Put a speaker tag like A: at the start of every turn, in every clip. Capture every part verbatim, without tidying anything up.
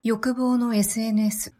A: 欲望の エスエヌエス。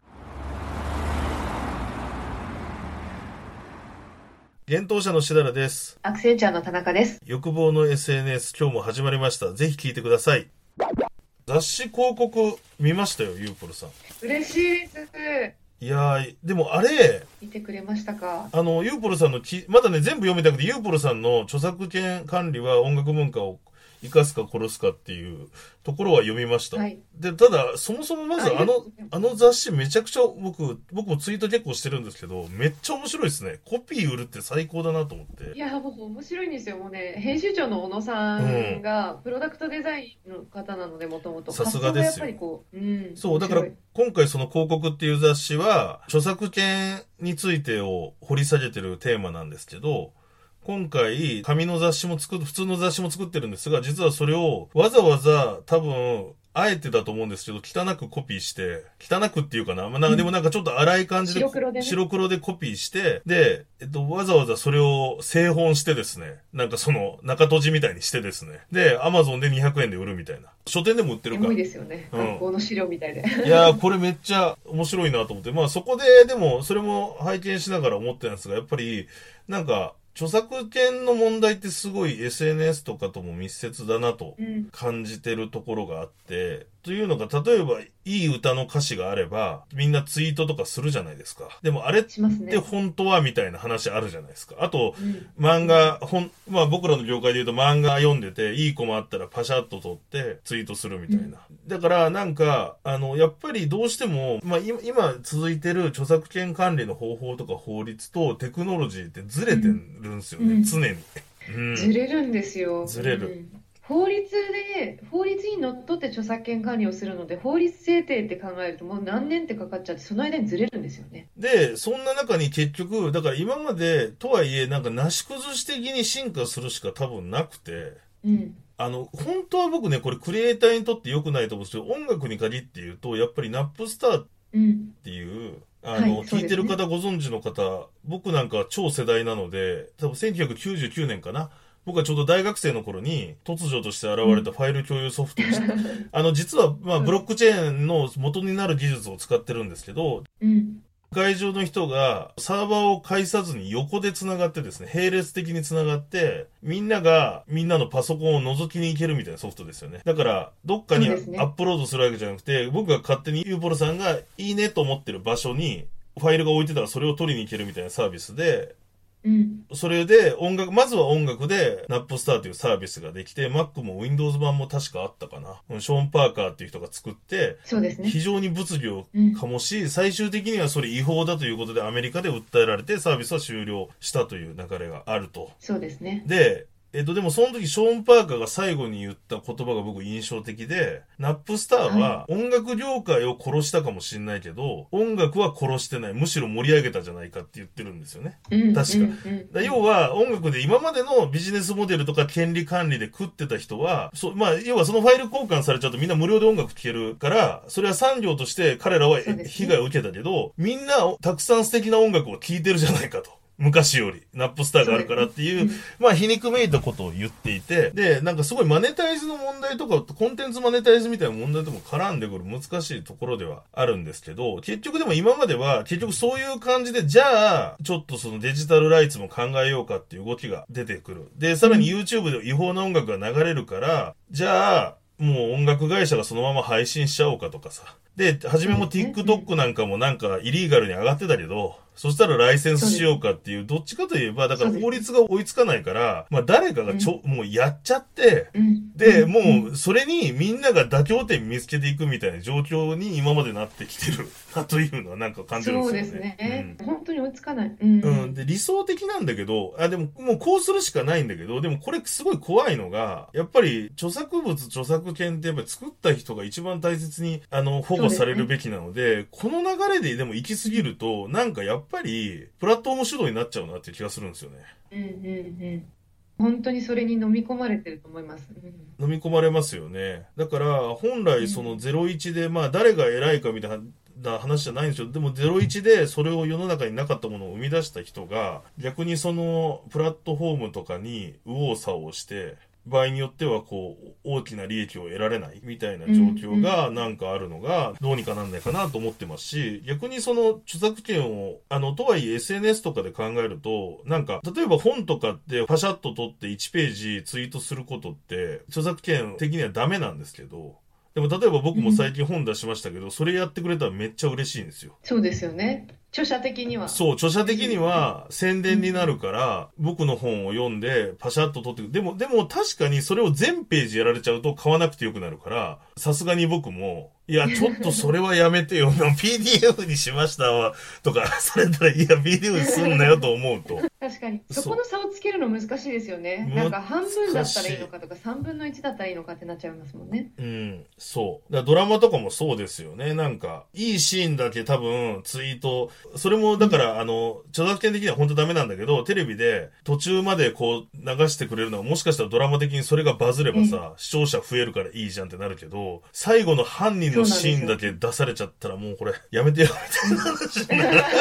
B: 幻冬者のしだらです。
C: アクセンチャーの田中です。
B: 欲望の エスエヌエス、今日も始まりました。ぜひ聞いてください。雑誌広告見ましたよ、ゆうぽるさん。
C: 嬉しいです。
B: いやー、でもあれ、
C: 見てくれましたか？
B: あの、ゆうぽるさんのき、まだね、全部読めたくて、ゆうぽるさんの著作権管理は音楽文化を生かすか殺すかっていうところは読みました。
C: はい、
B: で、ただ、そもそもまずあの、あの雑誌めちゃくちゃ僕、僕もツイート結構してるんですけど、めっちゃ面白いですね。コピー売るって最高だなと思って。
C: いや、もう面白いんですよ。もうね、編集長の小野さんが、プロダクトデザインの方なので、もともと。
B: さすがですよ。
C: やっぱりこう、うん。
B: そう、だから今回その広告っていう雑誌は、著作権についてを掘り下げてるテーマなんですけど、今回、紙の雑誌も作る、普通の雑誌も作ってるんですが、実はそれをわざわざ多分、あえてだと思うんですけど、汚くコピーして、汚くっていうかな、まあ、なんかでもなんかちょっと荒い感じで、
C: 白黒でね、
B: 白黒でコピーして、で、えっと、わざわざそれを製本してですね、なんかその中閉じみたいにしてですね、で、アマゾンでにひゃくえんで売るみたいな。書店でも売ってるか。
C: エモいですよね。
B: うん、
C: 学校の資料みたいで。
B: いやー、これめっちゃ面白いなと思って、まあそこで、でも、それも拝見しながら思ってたんですが、やっぱり、なんか、著作権の問題ってすごい エスエヌエス とかとも密接だなと感じてるところがあって、うん、というのが、例えばいい歌の歌詞があれば、みんなツイートとかするじゃないですか。でもあれって本当はみたいな話あるじゃないですか。あと、うん、漫画、ほん、まあ僕らの業界で言うと漫画読んでて、いいコマあったらパシャッと撮ってツイートするみたいな。うん、だからなんか、あの、やっぱりどうしても、まあ今、今続いてる著作権管理の方法とか法律とテクノロジーってずれてるんですよね、うん、常に、
C: うん。ずれるんですよ。
B: ずれる。
C: うん法律で、法律にのっとって著作権管理をするので、法律制定って考えるともう何年ってかかっちゃって、その間にずれるんですよね。
B: で、そんな中に結局、だから今までとはいえ、なんかなし崩し的に進化するしか多分なくて、うん。あの、本当は僕ね、これクリエイターにとって良くないと思うんですけど、音楽に限って言うと、やっぱりナップスターっていう、うんあの、はい、聞いてる方ご存知の方、僕なんか超世代なので、多分せんきゅうひゃくきゅうじゅうきゅうねんかな。僕はちょうど大学生の頃に突如として現れたファイル共有ソフトをして、うん、あの、実は、まあ、ブロックチェーンの元になる技術を使ってるんですけど、うん世界中の人がサーバーを介さずに横で繋がってですね、並列的に繋がって、みんながみんなのパソコンを覗きに行けるみたいなソフトですよね。だから、どっかにアップロードするわけじゃなくて、僕が勝手にユーポルさんがいいねと思ってる場所にファイルが置いてたらそれを取りに行けるみたいなサービスで、うん、それで音楽、まずは音楽でナップスターというサービスができて、Mac も Windows 版も確かあったかな。ショーン・パーカーっていう人が作って、
C: そうですね。
B: 非常に物議を醸し、うん、最終的にはそれ違法だということでアメリカで訴えられてサービスは終了したという流れがあると。
C: そうですね。
B: で、えっと、でもその時、ショーン・パーカーが最後に言った言葉が僕印象的で、ナップスターは音楽業界を殺したかもしれないけど、音楽は殺してない。むしろ盛り上げたじゃないかって言ってるんですよね。うん、確か。うんうんだ要は、音楽で今までのビジネスモデルとか権利管理で食ってた人は、そまあ、要はそのファイル交換されちゃうとみんな無料で音楽聴けるから、それは産業として彼らは被害を受けたけど、みんなたくさん素敵な音楽を聴いてるじゃないかと。昔より、ナップスターがあるからっていう、う、ねうん、まあ皮肉めいたことを言っていて、で、なんかすごいマネタイズの問題とか、コンテンツマネタイズみたいな問題とも絡んでくる難しいところではあるんですけど、結局でも今までは、結局そういう感じで、じゃあ、ちょっとそのデジタルライツも考えようかっていう動きが出てくる。で、さらに YouTube で違法な音楽が流れるから、じゃあ、もう音楽会社がそのまま配信しちゃおうかとかさ。で、はじめも TikTok なんかもなんかイリーガルに上がってたけど、そしたらライセンスしようかっていう、どっちかといえば、だから法律が追いつかないから、まあ誰かがちょ、もうやっちゃって、で、もうそれにみんなが妥協点見つけていくみたいな状況に今までなってきてるなというのはなんか感じるんですよね。
C: そうですね。うん、本当に追いつかない。
B: うん。うん。で、理想的なんだけど、あ、でももうこうするしかないんだけど、でもこれすごい怖いのが、やっぱり著作物、著作権ってやっぱり作った人が一番大切に、あの、保護されるべきなので、でね、この流れででも行き過ぎると、なんかやっぱり、プラットフォーム主導になっちゃうなっていう気がするんですよね。
C: うんうんうん。本当にそれに飲み込まれてると思います。
B: うん、飲み込まれますよね。だから、本来そのゼロイチで、まあ誰が偉いかみたいな話じゃないんですよ。でもゼロイチでそれを世の中になかったものを生み出した人が、逆にそのプラットフォームとかに右往左往して、 場合によってはこう大きな利益を得られないみたいな状況がなんかあるのがどうにかなんないかなと思ってますし、逆にその著作権をあのとはいえ エスエヌエス とかで考えると、なんか例えば本とかってパシャッと撮っていちページツイートすることって著作権的にはダメなんですけど、でも例えば僕も最近本出しましたけど、それやってくれたらめっちゃ嬉しいんですよ。
C: そうですよね。著者的には。
B: そう、著者的には宣伝になるから、僕の本を読んでパシャッと撮ってくる。でも、でも確かにそれを全ページやられちゃうと買わなくてよくなるから、さすがに僕も、いや、ちょっとそれはやめてよ。ピーディーエフ にしましたわ。とか、それなら、いや、ピーディーエフ にすんなよと思うと。
C: 確かに。そこの差をつけるの難しいですよね。なんか半分だったらいいのかとか、さんぶんのいちだったらいいのかってなっちゃいますもんね。
B: うん、そう。だからドラマとかもそうですよね。なんか、いいシーンだけ多分ツイート、それもだから、うん、あの、著作権的には本当ダメなんだけど、テレビで途中までこう流してくれるのは、もしかしたらドラマ的にそれがバズればさ、うん、視聴者増えるからいいじゃんってなるけど、最後の犯人のシーンだけ出されちゃったらもうこれ、やめてよ、みたいな話になる。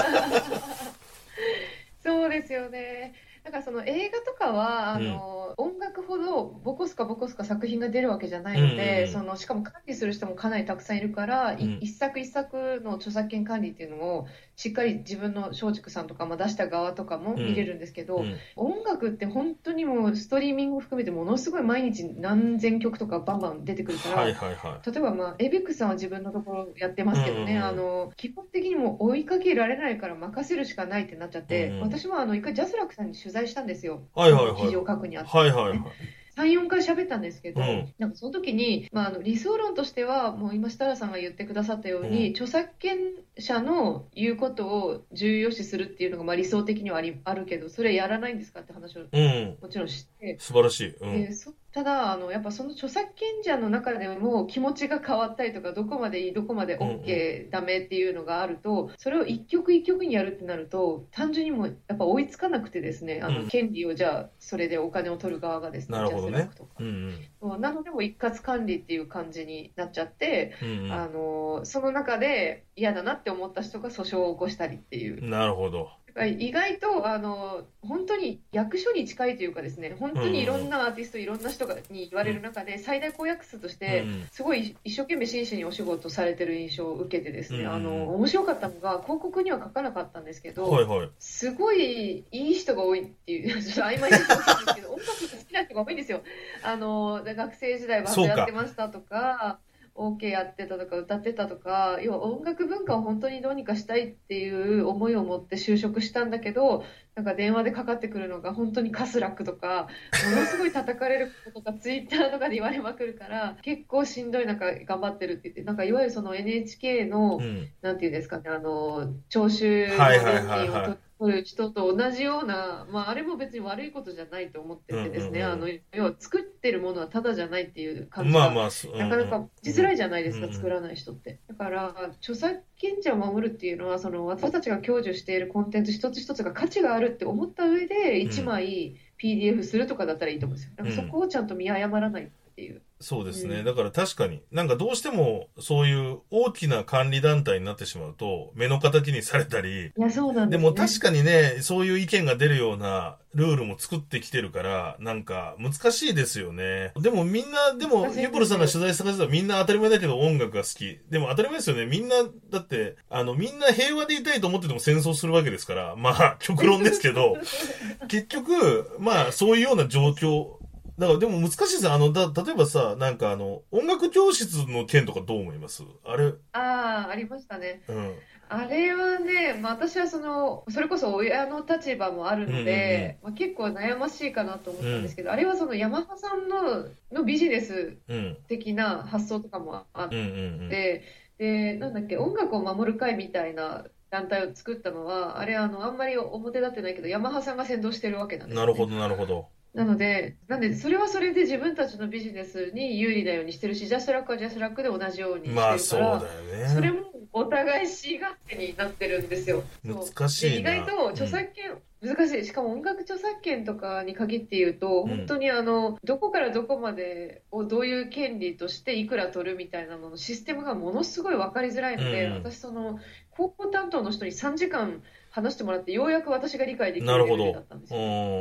C: そうですよね。だからその映画とかはあの、うん、音楽ほどボコスカボコスカ作品が出るわけじゃないので、うんうん、そのしかも管理する人もかなりたくさんいるから、うん、一作一作の著作権管理っていうのをしっかり自分の松竹さんとか、まあ、出した側とかも見れるんですけど、うんうん、音楽って本当にもうストリーミングを含めてものすごい毎日何千曲とかバンバン出てくるから、
B: はいはいはい、
C: 例えば、まあ、エイベックスさんは自分のところやってますけどね、うんうん、あの基本的にも追いかけられないから任せるしかないってなっちゃって、うんうん、私もあの一回ジャスラックさんに取材したんですよ。
B: はいはいはい、
C: 記事を書くにあって、
B: はいはいはい、
C: さん、よんかい喋ったんですけど、
B: うん、
C: なんかその時に、まあ、あの理想論としてはもう今設楽さんが言ってくださったように、うん、著作権者の言うことを重要視するっていうのがまあ理想的にはありあるけど、それやらないんですかって話を、うん、もちろんして、
B: 素晴らしい、うん、
C: でそただあのやっぱその著作権者の中でも気持ちが変わったりとか、どこまでいいどこまで OK、うんうん、ダメっていうのがあると、それを一曲一曲にやるってなると単純にもやっぱ追いつかなくてですね、あの、うん、権利をじゃあそれでお金を取る側がですね、
B: なるほどね、
C: とか、
B: うん
C: うん、なのでも一括管理っていう感じになっちゃって、
B: うんうん、
C: あのその中で嫌だなって思った人が訴訟を起こしたりっていう。
B: なるほど。
C: 意外とあの本当に役所に近いというかですね、本当にいろんなアーティスト、いろんな人がに言われる中で最大公約数としてすごい一生懸命真摯にお仕事されてる印象を受けてですね、あの面白かったのが広告には書かなかったんですけど、
B: はいはい、
C: すごいいい人が多いっていう、ちょっと曖昧な人が多いんですけど音楽が好きな人が多いんですよ。あの学生時代バンドやってましたとかオーケー やってたとか歌ってたとか、要は音楽文化を本当にどうにかしたいっていう思いを持って就職したんだけど、なんか電話でかかってくるのが本当にカスラックとかものすごい叩かれることとかツイッターとかで言われまくるから結構しんどい中頑張ってるって言って、なんかいわゆるその エヌエイチケー の、うん、なんていうんですかね、あの徴収の年金を取取る人と同じような、まあ、あれも別に悪いことじゃないと思っててですね、うんうんうん、あの要は作ってるものはただじゃないっていう感じが、まあまあうんうん、なかなかしづらいじゃないですか、うんうん、作らない人って。だから著作権者を守るっていうのは、その私たちが享受しているコンテンツ一つ一つが価値があるって思った上でいちまい ピーディーエフ するとかだったらいいと思うんですよ。だからそこをちゃんと見誤らないっていう。
B: そうですね、
C: うん、
B: だから確かになんかどうしてもそういう大きな管理団体になってしまうと目の敵にされたり、
C: いやそうなんですね、
B: でも確かにね、そういう意見が出るようなルールも作ってきてるからなんか難しいですよね。でもみんな、でもユプルさんが取材した方はみんな当たり前だけど音楽が好き。でも当たり前ですよね。みんなだってあのみんな平和でいたいと思ってても戦争するわけですから、まあ極論ですけど結局まあそういうような状況だから。でも難しいですよ。あの、だ、例えばさ、なんかあの、音楽教室の件とかどう思います？あれ。
C: ああ、ありましたね。
B: うん。
C: あれはね、まあ、私はその、それこそ親の立場もあるので、うんうんうん、まあ、結構悩ましいかなと思ったんですけど、うん、あれはそのヤマハさんの、のビジネス的な発想とかもあって、うんうんうん、で、なんだっけ、音楽を守る会みたいな団体を作ったのは、あれあの、あんまり表立ってないけど、ヤマハさんが先導してるわけなんですよね。
B: なるほど、なるほど。
C: なので、なんで、それはそれで自分たちのビジネスに有利なようにしてるし、ジャスラックはジャスラックで同じようにしてるから、まあそうだよね、それもお互いし勝手になってるんですよ。
B: 難しいな。
C: 意外と著作権、うん、難しい。しかも音楽著作権とかに限って言うと、うん、本当にあの、どこからどこまでをどういう権利としていくら取るみたいなののシステムがものすごい分かりづらいので、うん、私その、広報担当の人にさんじかん話してもらってようやく私が理解できるレベルだったんですよ。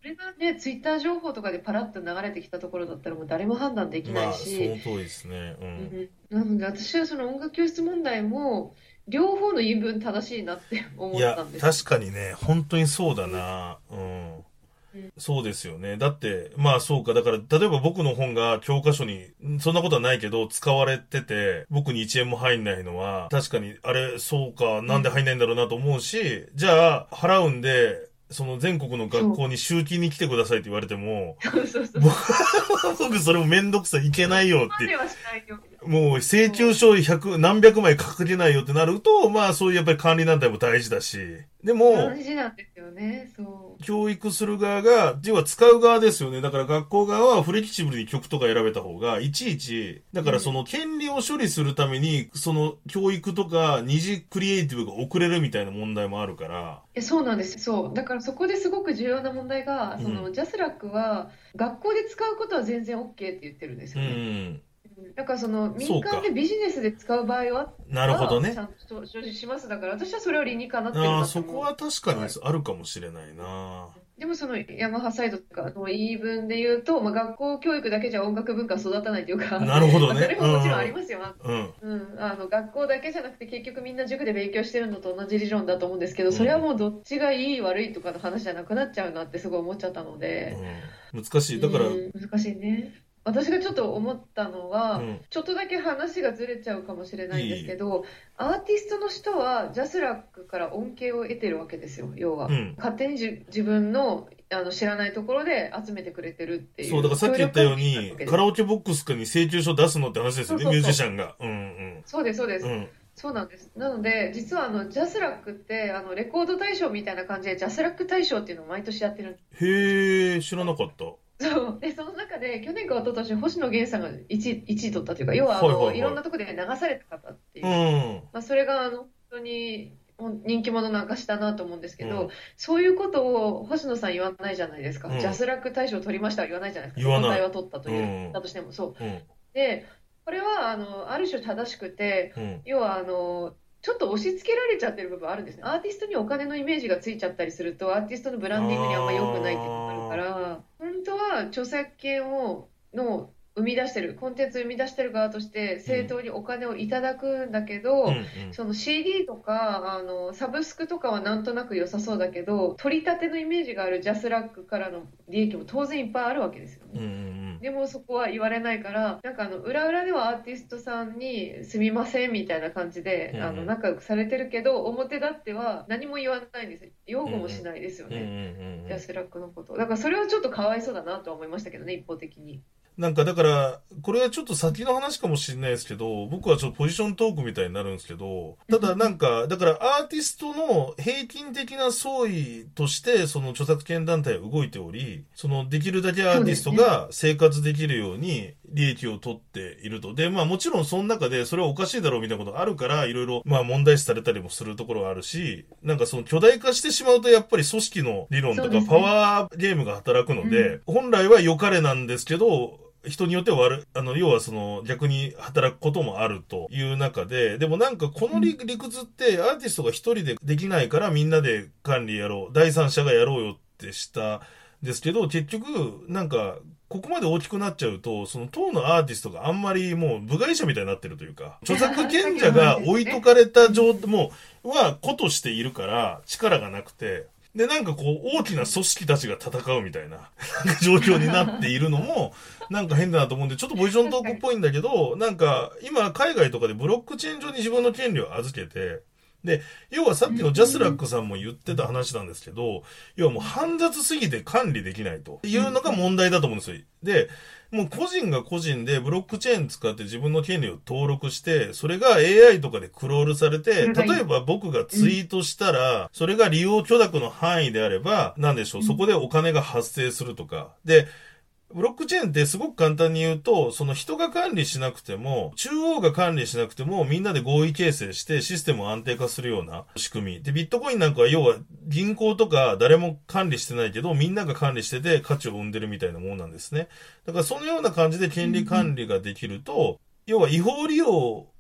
C: それがね、ツイッター情報とかでパラッと流れてきたところだったらもう誰も判断できな
B: まあ、
C: い
B: そ
C: し、
B: の通りですね。うん。
C: うん、なので私はその音楽教室問題も両方の言い分正しいなって思っ
B: いや、
C: たんですよ。
B: 確かにね、本当にそうだ
C: うん
B: な。うん。
C: うん
B: そうですよね。だって、まあそうか。だから、例えば僕の本が教科書に、んそんなことはないけど、使われてて、僕にいちえんも入んないのは、確かに、あれ、そうか、なんで入んないんだろうなと思うし、じゃあ、払うんで、その全国の学
C: そう
B: 校に集金に来てくださいって言われても、
C: そうそうそう。
B: 僕、僕それもめんどくさい、いけないよって。
C: まではしないよ。
B: もう請求書ひゃく、何百枚書けないよってなると、まあそういうやっぱり管理団体も大事だし。でも、
C: 大事なんですよね。そ
B: 教育する側が、要は使う側ですよね。だから学校側はフレキシブルに曲とか選べた方が、いちいち、だからその権利を処理するために、その教育とか二次クリエイティブが遅れるみたいな問題もあるから。
C: う。え、そうなんです。そう。だからそこですごく重要な問題が、その、
B: うん。
C: ジャスラックは学校で使うことは全然 OK って言ってるんです
B: う
C: よね。
B: ん。
C: だからその民間で
B: そうか。
C: ビジネスで使う場合は、
B: なるほどね。
C: はちゃんと所持します。だから私はそれは理にかなってる
B: ああ、
C: なと思う。
B: そこは確かに
C: はい。
B: あるかもしれないな。
C: でもそのヤマハサイドとかの言い分で言うと、まあ、学校教育だけじゃ音楽文化は育たないというか、
B: なるほど
C: まあそれ
B: ね。う
C: ももちろんあり
B: ん。
C: ますよ。
B: うん。
C: うん、あの学校だけじゃなくて結局みんな塾で勉強してるのと同じ理論だと思うんですけど、それは
B: うん。
C: もうどっちがいい悪いとかの話じゃなくなっちゃうなってすごい思っちゃったので、
B: うん。難し
C: う
B: い。だから、
C: ん、難しいね。私がちょっと思ったのは、
B: うん。
C: ちょっとだけ話がずれちゃうかもしれないんです
B: いい。
C: けど、アーティストの人はジャスラックから恩恵を得てるわけですよ、要は。
B: うん。
C: 勝手にじ自分の、あの知らないところで集めてくれてるって
B: そう、だから
C: いう協
B: さっき言ったよう
C: 力関係になるわ
B: に、
C: けです。
B: カラオケボックスに請求書出すのって話ですよね、ミュー
C: そうそうそう。
B: ジシャンが。うん
C: そうです、そうで
B: うん。う
C: す。
B: ん。
C: そうなんです。なので、実はあのジャスラックってあのレコード大賞みたいな感じで、ジャスラック大賞っていうのを毎年やってるんです。
B: へえ、知らなかった。は
C: そうで、その中で去年か一昨年星野源さんがいちい、いちい取ったというか、要はあ
B: いはい
C: のいろん
B: は
C: なところで流された方って
B: い。う
C: いう、
B: ん。
C: まあ、それがあの本当に人気者の証だなと思うんですけど、
B: うん。
C: そういうことを星野さん言わないじゃないですか。ジャ
B: うん。
C: スラック大賞を取りましたは言わないじゃないですか。
B: 言わない。
C: レコ大は取ったと
B: う
C: いう、だ
B: ん。
C: としてもそう。
B: うん。
C: で、これはあのある種正しくて、
B: うん。
C: 要はあのちょっと押し付けられちゃってる部分あるんですね。アーティストにお金のイメージがついちゃったりすると、アーティストのブランディングにあんま良くないっていうのがあるか
B: あ
C: ら、本当は著作権をの生み出してる、コンテンツを生み出してる側として
B: ー。う
C: 正
B: ん。
C: 当にお金をいただくんだけ
B: うん。
C: ど、
B: うん。
C: その シーディー とかあのサブスクとかはなんとなく良さそうだけど、取り立てのイメージがあるジャスラックからの利益も当然いっぱいあるわけですよ
B: うん。う
C: ね。
B: ん。
C: でもそこは言われないから、なんかあの裏裏ではアーティストさんにすみませんみたいな感じであの
B: うん。
C: 仲良くされてるけど、表立っては何も言わないんですよ。擁
B: うん。
C: 護もしないですよ
B: うん。う
C: ね、
B: ん。うん。
C: ジャスラックのこと。だからそれはちょっとかわいそうだなとは思いましたけどね、一方的に。
B: なんかだから、これはちょっと先の話かもしれないですけど、僕はちょっとポジショントークみたいになるんですけど、ただなんか、だからアーティストの平均的な総意として、その著作権団体は動いており、そのできるだけアーティスト
C: そうですね。
B: が生活できるように利益を取っていると。で、まあもちろんその中でそれはおかしいだろうみたいなことあるから、いろいろまあ問題視されたりもするところはあるし、なんかその巨大化してしまうとやっぱり組織の理論とかパ
C: そうですね。
B: ワーゲームが働くの
C: うん。
B: で、本来は良かれなんですけど、人によっては悪い、あの、要はその逆に働くこともあるという中で、でもなんかこの理、
C: うん。
B: 理屈ってアーティストが一人でできないからみんなで管理やろう、第三者がやろうよってしたんですけど、結局なんかここまで大きくなっちゃうと、その当のアーティストがあんまりもう部外者みたいになってるというか、著作
C: さっ
B: 権
C: きの話
B: 者が置いと
C: ですよね。
B: かれた
C: うん。
B: 状態、もう、は子としているから力がなくて、で、なんかこう、大きな組織たちが戦うみたいな、なんか状況になっているのも、なんか変だなと思うんで、ちょっとポジショントー
C: 確かに。
B: クっぽいんだけど、なんか、今、海外とかでブロックチェーン上に自分の権利を預けて、で、要はさっ
C: う
B: きのジャスラッ
C: ん。
B: クさんも言ってた話なんですけど、要はもう煩雑すぎて管理できないとい
C: うん。
B: うのが問題だと思うんですよ。で、もう個人が個人でブロックチェーン使って自分の権利を登録して、それが エーアイ とかでクロールされて、
C: それがいい。
B: 例えば僕が
C: うん。
B: ツイートしたら、それが利用許諾の範囲であれば、なんでしょう、
C: うん。
B: そこでお金が発生するとか。で、ブロックチェーンってすごく簡単に言うと、その人が管理しなくても、中央が管理しなくても、みんなで合意形成してシステムを安定化するような仕組み。で、ビットコインなんかは要は銀行とか誰も管理してないけど、みんなが管理してて価値を生んでるみたいなものなんですね。だからそのような感じで権利
C: うん。
B: 管理ができると、要は違法利用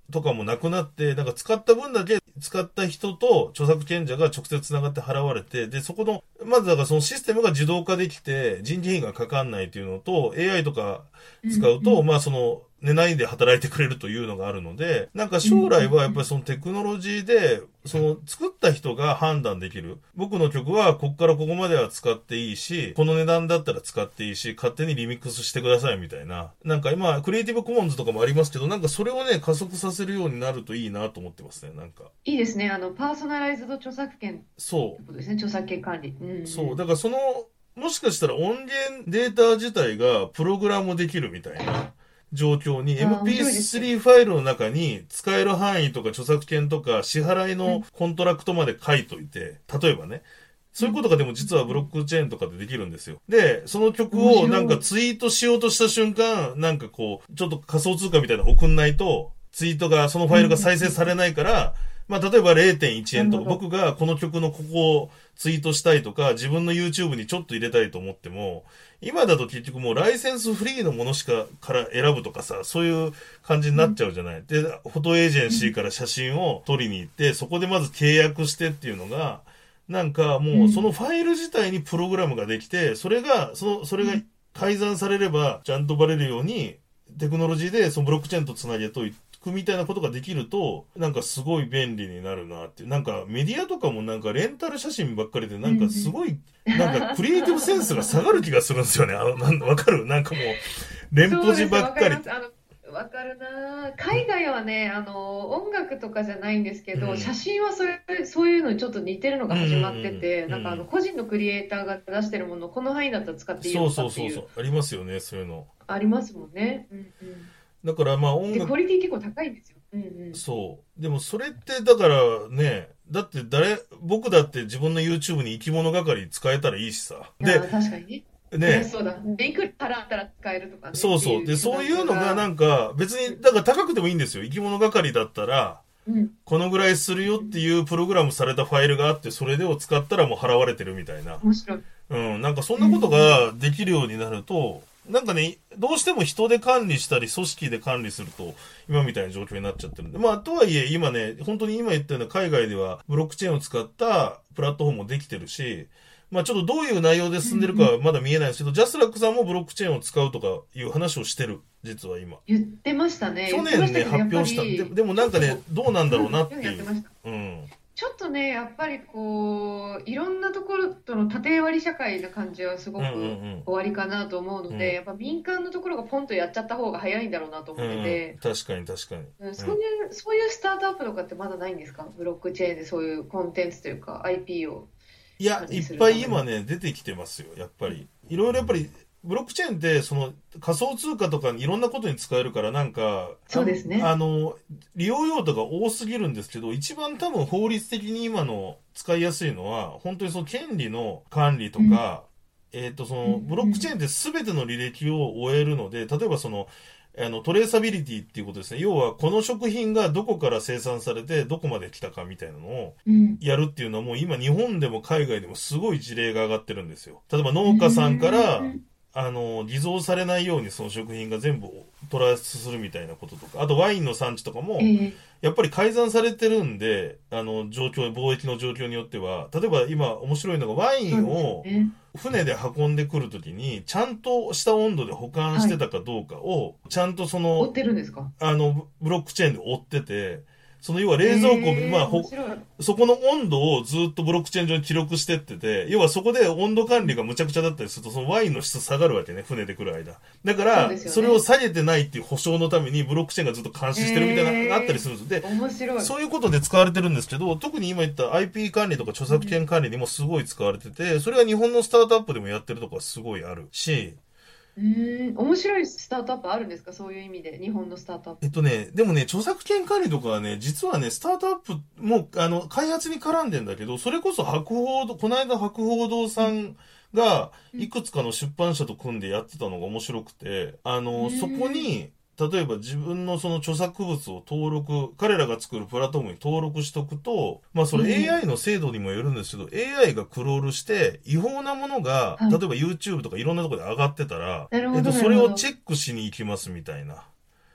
B: とかもなくなって、なんか使った分だけ使った人と著作権者が直接つながって払われて、で、そこの、まずだからそのシステムが自動化できて人件費がかかんないっていうのと、エーアイ とか使うと、うんうん、まあその、寝ないで働いてくれるというのがあるので、なんか将来はやっぱりそのテクノロジーで、その作った人が判断できる。僕の曲はここからここまでは使っていいし、この値段だったら使っていいし、勝手にリミックスしてくださいみたいな。なんか今、クリエイティブコモンズとかもありますけど、なんかそれをね、加速させるようになるといいなと思ってますね、なんか。
C: いいですね。あの、パーソナライズド著作権。
B: そう。
C: ってことですね、著作権管理。うんうん、
B: そう。だからその、もしかしたら音源データ自体がプログラムできるみたいな。状況に エムピースリー ファイルの中に使える範囲とか著作権とか支払いのコントラクトまで書いといて、例えばね、そういうことがでも実はブロックチェーンとかでできるんですよ。で、その曲をなんかツイートしようとした瞬間、なんかこう、ちょっと仮想通貨みたいなの送んないと、ツイートが、そのファイルが再生されないから、まあ例えば れいてんいちえんとか、僕がこの曲のここをツイートしたいとか、自分の YouTube にちょっと入れたいと思っても、今だと結局もうライセンスフリーのものしかから選ぶとかさ、そういう感じになっちゃうじゃない。うん、で、フォトエージェンシーから写真を撮りに行って、そこでまず契約してっていうのが、なんかもうそのファイル自体にプログラムができて、それが、その、それが改ざんされればちゃんとバレるように、テクノロジーでそのブロックチェーンとつなげといくみたいなことができると、なんかすごい便利になるなって。なんかメディアとかもなんかレンタル写真ばっかりで、なんかすごい、なんかクリエイティブセンスが下がる気がするんですよね。あの、なんわかるなんかもう、連ポジばっかり。
C: わかるな。海外はね、あの、音楽とかじゃないんですけど、うん、写真はそれ、そういうのにちょっと似てるのが始まってて、うんうんうん、なんかあの、個人のクリエイターが出してるものをこの範囲だったら使っていいよとかっていう。
B: そうそうそうそう。ありますよね、そういうの。
C: ありますもんね。うんうん、
B: だからまあ音楽。
C: で、クオリティ結構高いんですよ。うんうん、
B: そう。でもそれってだからね、だって誰、僕だって自分の YouTube に生き物係使えたらいいしさ。
C: で、確かにね。
B: ね、
C: そうだ。で、いくら払ったら使えるとかね。
B: そうそう。で、そういうのがなんか、別に、だから高くてもいいんですよ。生き物係だったら、うん、このぐらいするよっていうプログラムされたファイルがあって、それでを使ったらもう払われてるみたいな。
C: 面白い。
B: うん、なんかそんなことができるようになると、うん、なんかね、どうしても人で管理したり、組織で管理すると、今みたいな状況になっちゃってるんで。まあ、とはいえ、今ね、本当に今言ったような海外では、ブロックチェーンを使ったプラットフォームもできてるし、まあちょっとどういう内容で進んでるかはまだ見えないですけど、うんうん、ジャスラックさんもブロックチェーンを使うとかいう話をしてる、実は今。
C: 言ってましたね。
B: 去年ね、発表したで。でもなんかね、どうなんだろうなっていう。
C: うん。ちょっとね、やっぱりこう、いろんなところとの縦割り社会な感じはすごく終わりかなと思うので、うんうんうん、やっぱ民間のところがポンとやっちゃった方が早いんだろうなと思ってて。
B: うん、確かに確かに、
C: うん。そういう、そういうスタートアップとかってまだないんですか？ブロックチェーンでそういうコンテンツというか アイピー を。
B: いや、いっぱい今ね、出てきてますよ、やっぱり。いろいろやっぱり、ブロックチェーンって、その仮想通貨とかいろんなことに使えるから、なんか、
C: そうですね。
B: あの、利用用途が多すぎるんですけど、一番多分法律的に今の使いやすいのは、本当にその権利の管理とか、うん、えっと、その、ブロックチェーンって全ての履歴を終えるので、例えばその、あの、トレーサビリティっていうことですね。要は、この食品がどこから生産されて、どこまで来たかみたいなのをやるっていうのはもう今日本でも海外でもすごい事例が上がってるんですよ。例えば農家さんから、あの、偽造されないようにその食品が全部トラスするみたいなこととか、あとワインの産地とかも、やっぱり改ざんされてるんで、あの、状況、貿易の状況によっては、例えば今面白いのがワインを船で運んでくるときに、ちゃんとした温度で保管してたかどうかを、ちゃんとその、
C: 追ってるんですか？
B: あの、ブロックチェーンで追ってて、その要は冷蔵庫、えー、まあほ、そこの温度をずっとブロックチェーン上に記録してってて、要はそこで温度管理がむちゃくちゃだったりすると、そのワインの質下がるわけね、船で来る間。だから、そ, ね、それを下げてないっていう保証のためにブロックチェーンがずっと監視してるみたいなのがあったりするんです。
C: で、面白い。
B: そういうことで使われてるんですけど、特に今言った アイピー 管理とか著作権管理にもすごい使われてて、それが日本のスタートアップでもやってるとこはすごいあるし、
C: うーん、面白いスタートアップあるんですか？そういう意味で、日本のスタートアップ。
B: えっとね、でもね、著作権管理とかはね、実はね、スタートアップも、あの、開発に絡んでんだけど、それこそ博報堂、この間博報堂さんが、いくつかの出版社と組んでやってたのが面白くて、あの、そこに、例えば自分のその著作物を登録、彼らが作るプラットフォームに登録しとくと、まあそれ エーアイ の精度にもよるんですけど、エーアイ がクロールして、違法なものが、例えば YouTube とかいろんなところで上がってたら、えっと、それをチェックしに行きますみたいな。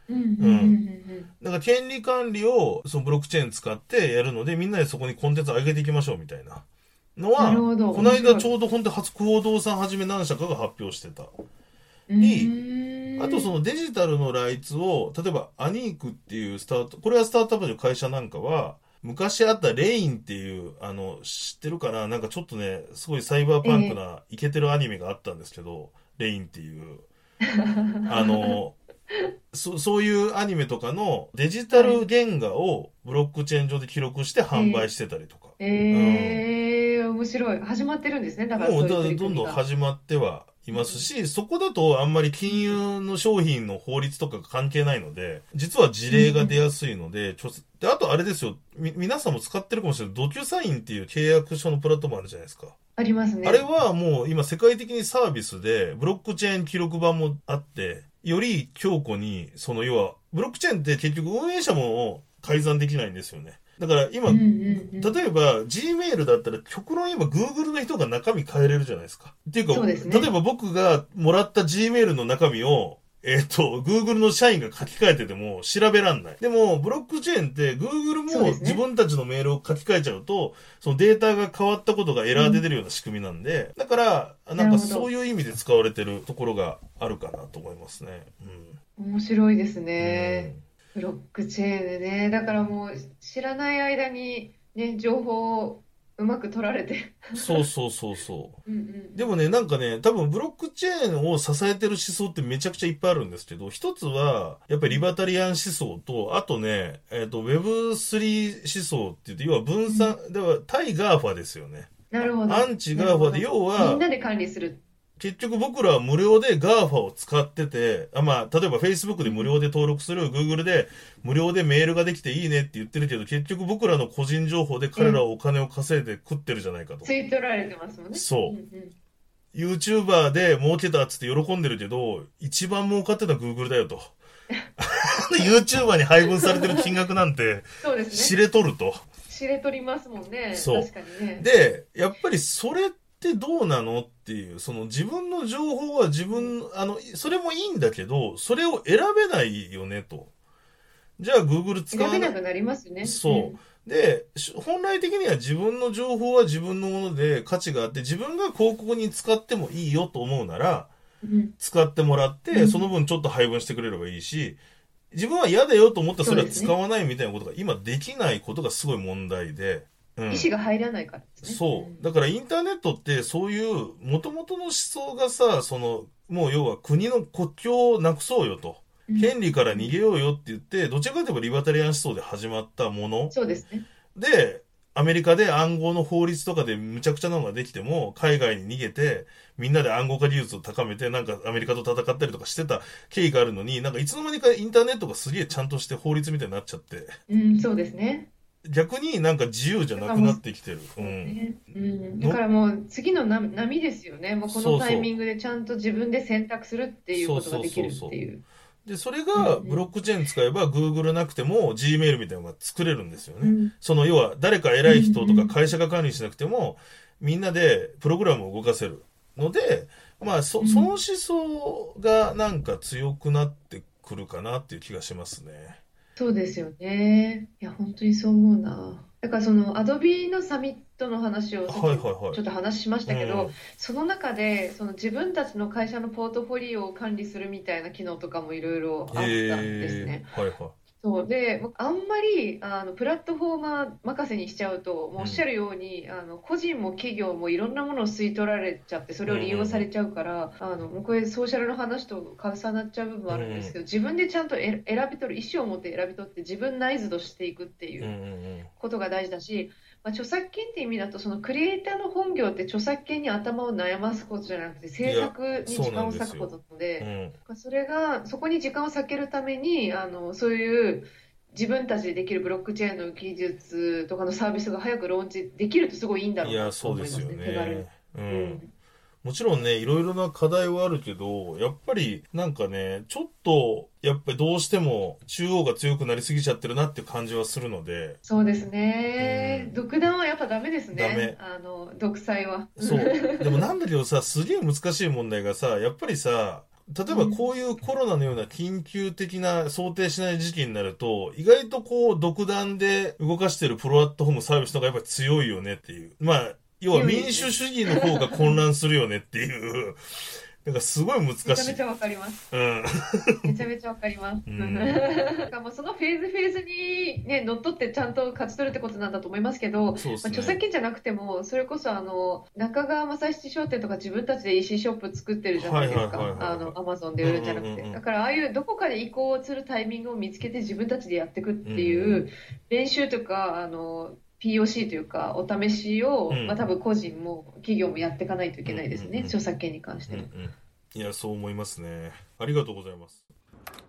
C: うんうんうんうん
B: だから権利管理をそのブロックチェーン使ってやるので、みんなでそこにコンテンツ上げていきましょうみたいなの
C: なる
B: は、
C: ほど。
B: この間
C: 面白い。
B: ちょうど本当に初不動産はじめ何社かが発表してた。
C: う
B: に、
C: ーん。
B: あとそのデジタルのライツを、例えばアニークっていうスタート、これはスタートアップの会社なんかは、昔あったレインっていう、あの、知ってるかな、なんかちょっとね、すごいサイバーパンク
C: え
B: なイケてるアニメがあったんですけど、レインっていう、
C: え
B: あの、そ、そういうアニメとかのデジタル原画をブロックチェーン上で記録して販売してたりとか。うん。
C: ええ面白い。始まってるんですね。だから
B: もうだ
C: そういう取り
B: どんどん
C: 組みが。
B: 始まってはいますし、そこだとあんまり金融の商品の法律とかが関係ないので、実は事例が出やすいので、ちょであとあれですよ、み、皆さんも使ってるかもしれないドキュサインっていう契約書のプラットフォームあるじゃないですか。
C: ありますね。
B: あれはもう今世界的にサービスでブロックチェーン記録版もあって、より強固に、その要は、ブロックチェーンって結局運営者も改ざんできないんですよね。だから今、
C: うんうんうん
B: 例えば Gmail だったら極論今 Google の人が中身変えれるじゃないですか。っていうか、
C: そうですね
B: 例えば僕がもらった Gmail の中身を、えっと、Google の社員が書き換えてても調べらんない。でも、ブロックチェーンって Google も
C: そうですね
B: 自分たちのメールを書き換えちゃうと、そのデータが変わったことがエラーで出るような仕組みなんで、だから、なんか
C: なるほど
B: そういう意味で使われてるところがあるかなと思いますね。
C: 面白いです
B: うん。
C: ね。ブロックチェーンでね。だからもう知らない間にね、情報をうまく取られて。
B: うん。そうそうそうそう。
C: うんうん
B: でもね、なんかね、多分ブロックチェーンを支えてる思想ってめちゃくちゃいっぱいあるんですけど、一つは、やっぱりリバタリアン思想と、あとね、えっと、ウェブスリー 思想って言って、要は分散、では対ガーファですよね。
C: なるほど。
B: アンチガーファで、要
C: みん
B: は、
C: なで管理する。
B: 結局僕らは無料で ガーファ を使ってて、あ、まあ、例えば Facebook で無料で登録する、Google で無料でメールができていいねって言ってるけど、結局僕らの個人情報で彼らはお金を稼いで食ってるじゃないかと。
C: 吸い取られてますもんね。
B: そう
C: うんうん
B: YouTuber で儲けたっつって喜んでるけど、一番儲かってたのは Google だよと。YouTuber に配分されてる金額なんて
C: そうです
B: 知
C: ね。
B: れとると。
C: 知れとりますもんね。
B: そう
C: 確かにね。
B: で、やっぱりそれってどうなのっていう、その自分の情報は自分、あの、それもいいんだけど、それを選べないよねと。じゃあ Google 使わない。
C: 選べなくなりますね。
B: そう。で、し本来的には自分の情報は自分のもので価値があって、自分が広告に使ってもいいよと思うなら、
C: うんうん
B: 使ってもらって、
C: うん
B: その分ちょっと配分してくれればいいし、自分は嫌だよと思ったらそれは
C: そうですね
B: 使わないみたいなことが今できないことがすごい問題で。うん。
C: 意思が入らないからですね。
B: そう。だからインターネットってそういう元々の思想がさ、その、もう要は国の国境をなくそうよと。
C: うん
B: 権利から逃げようよって言って、どちらかといえばリバタリアン思想で始まったもの
C: そうですね。
B: で、アメリカで暗号の法律とかでむちゃくちゃなのができても、海外に逃げて、みんなで暗号化技術を高めて、なんかアメリカと戦ったりとかしてた経緯があるのに、なんかいつの間にかインターネットがすげえちゃんとして法律みたいになっちゃって、
C: うん、そうですね。
B: 逆になんか自由じゃなくなってきてる。うん。
C: ねうん、だからもう次の波波ですよね。もうこのタイミングでちゃんと自分で選択するっていうことができるっていう。
B: で、それがブロックチェーン使えば Google なくても Gmail みたいなのが作れるんですよね。
C: うん
B: その要は誰か偉い人とか会社が管理しなくてもみんなでプログラムを動かせるので、まあそ、その思想がなんか強くなってくるかなっていう気がしますね。
C: そうですよね。いや、本当にそう思うな。だからそのアドビのサミットの話をさっきち
B: はいはいはい。
C: ょっと話しましたけど、
B: うん
C: その中でその自分たちの会社のポートフォリオを管理するみたいな機能とかもいろいろあったんですね。
B: へーはいはい。
C: そうで、僕あんまりあのプラットフォーマー任せにしちゃうと、もう
B: うん
C: おっしゃるように、あの個人も企業もいろんなものを吸い取られちゃって、それを利用されちゃうから、あのもうこれソーシャルの話と重なっちゃう部分あるんですけど、自分でちゃんとえ選び取る、意思を持って選び取って自分内図としていくってい
B: うんうん
C: う
B: うん。
C: ことが大事だし、まあ、著作権って意味だと、そのクリエイターの本業って著作権に頭を悩ますことじゃなくて、制作に時間を割くことなので、
B: うん。
C: それが、そこに時間を割けるために、あの、そういう自分たちでできるブロックチェーンの技術とかのサービスが早くローンチできるとすごいいいんだろ
B: いうや、
C: なと
B: そうで
C: 思いますすね、
B: よ
C: 手軽に。
B: ね。う。
C: うんん。
B: もちろんね、いろいろな課題はあるけど、やっぱりなんかね、ちょっと、やっぱりどうしても中央が強くなりすぎちゃってるなっていう感じはするので、
C: そうですね。
B: うん
C: 独断はやっぱダメです
B: ダメ
C: ね。あの、独裁は。
B: そう。でもなんだけどさ、すげえ難しい問題がさ、やっぱりさ、 例えばこういうコロナのような緊急的な想定しない時期になると、意外とこう独断で動かしてるプラットフォームサービスの方がやっぱり強いよねっていう。まあ、要は民主主義の方が混乱するよねっていう。なんかすごい難しい。
C: めちゃめちゃわかります。
B: うん。
C: めちゃめちゃわかります。
B: うん、
C: なんかもうそのフェーズフェーズにね、乗っ取ってちゃんと勝ち取るってことなんだと思いますけど、
B: そうですね。
C: まあ、著作権じゃなくても、それこそあの、中川正七商店とか自分たちで イーシー ショップ作ってるじゃないですか。あの、アマゾンで売るんじゃなくて。だからああいうどこかで移行するタイミングを見つけて自分たちでやっていくっていう練習とか、あの、ピーオーシー というか、お試しを、
B: うん、
C: まあ多分個人も企業もやっていかないといけないですね。
B: うんうんうん、
C: 著作権に関しても。
B: うんうん、いや、そう思いますね。ありがとうございます。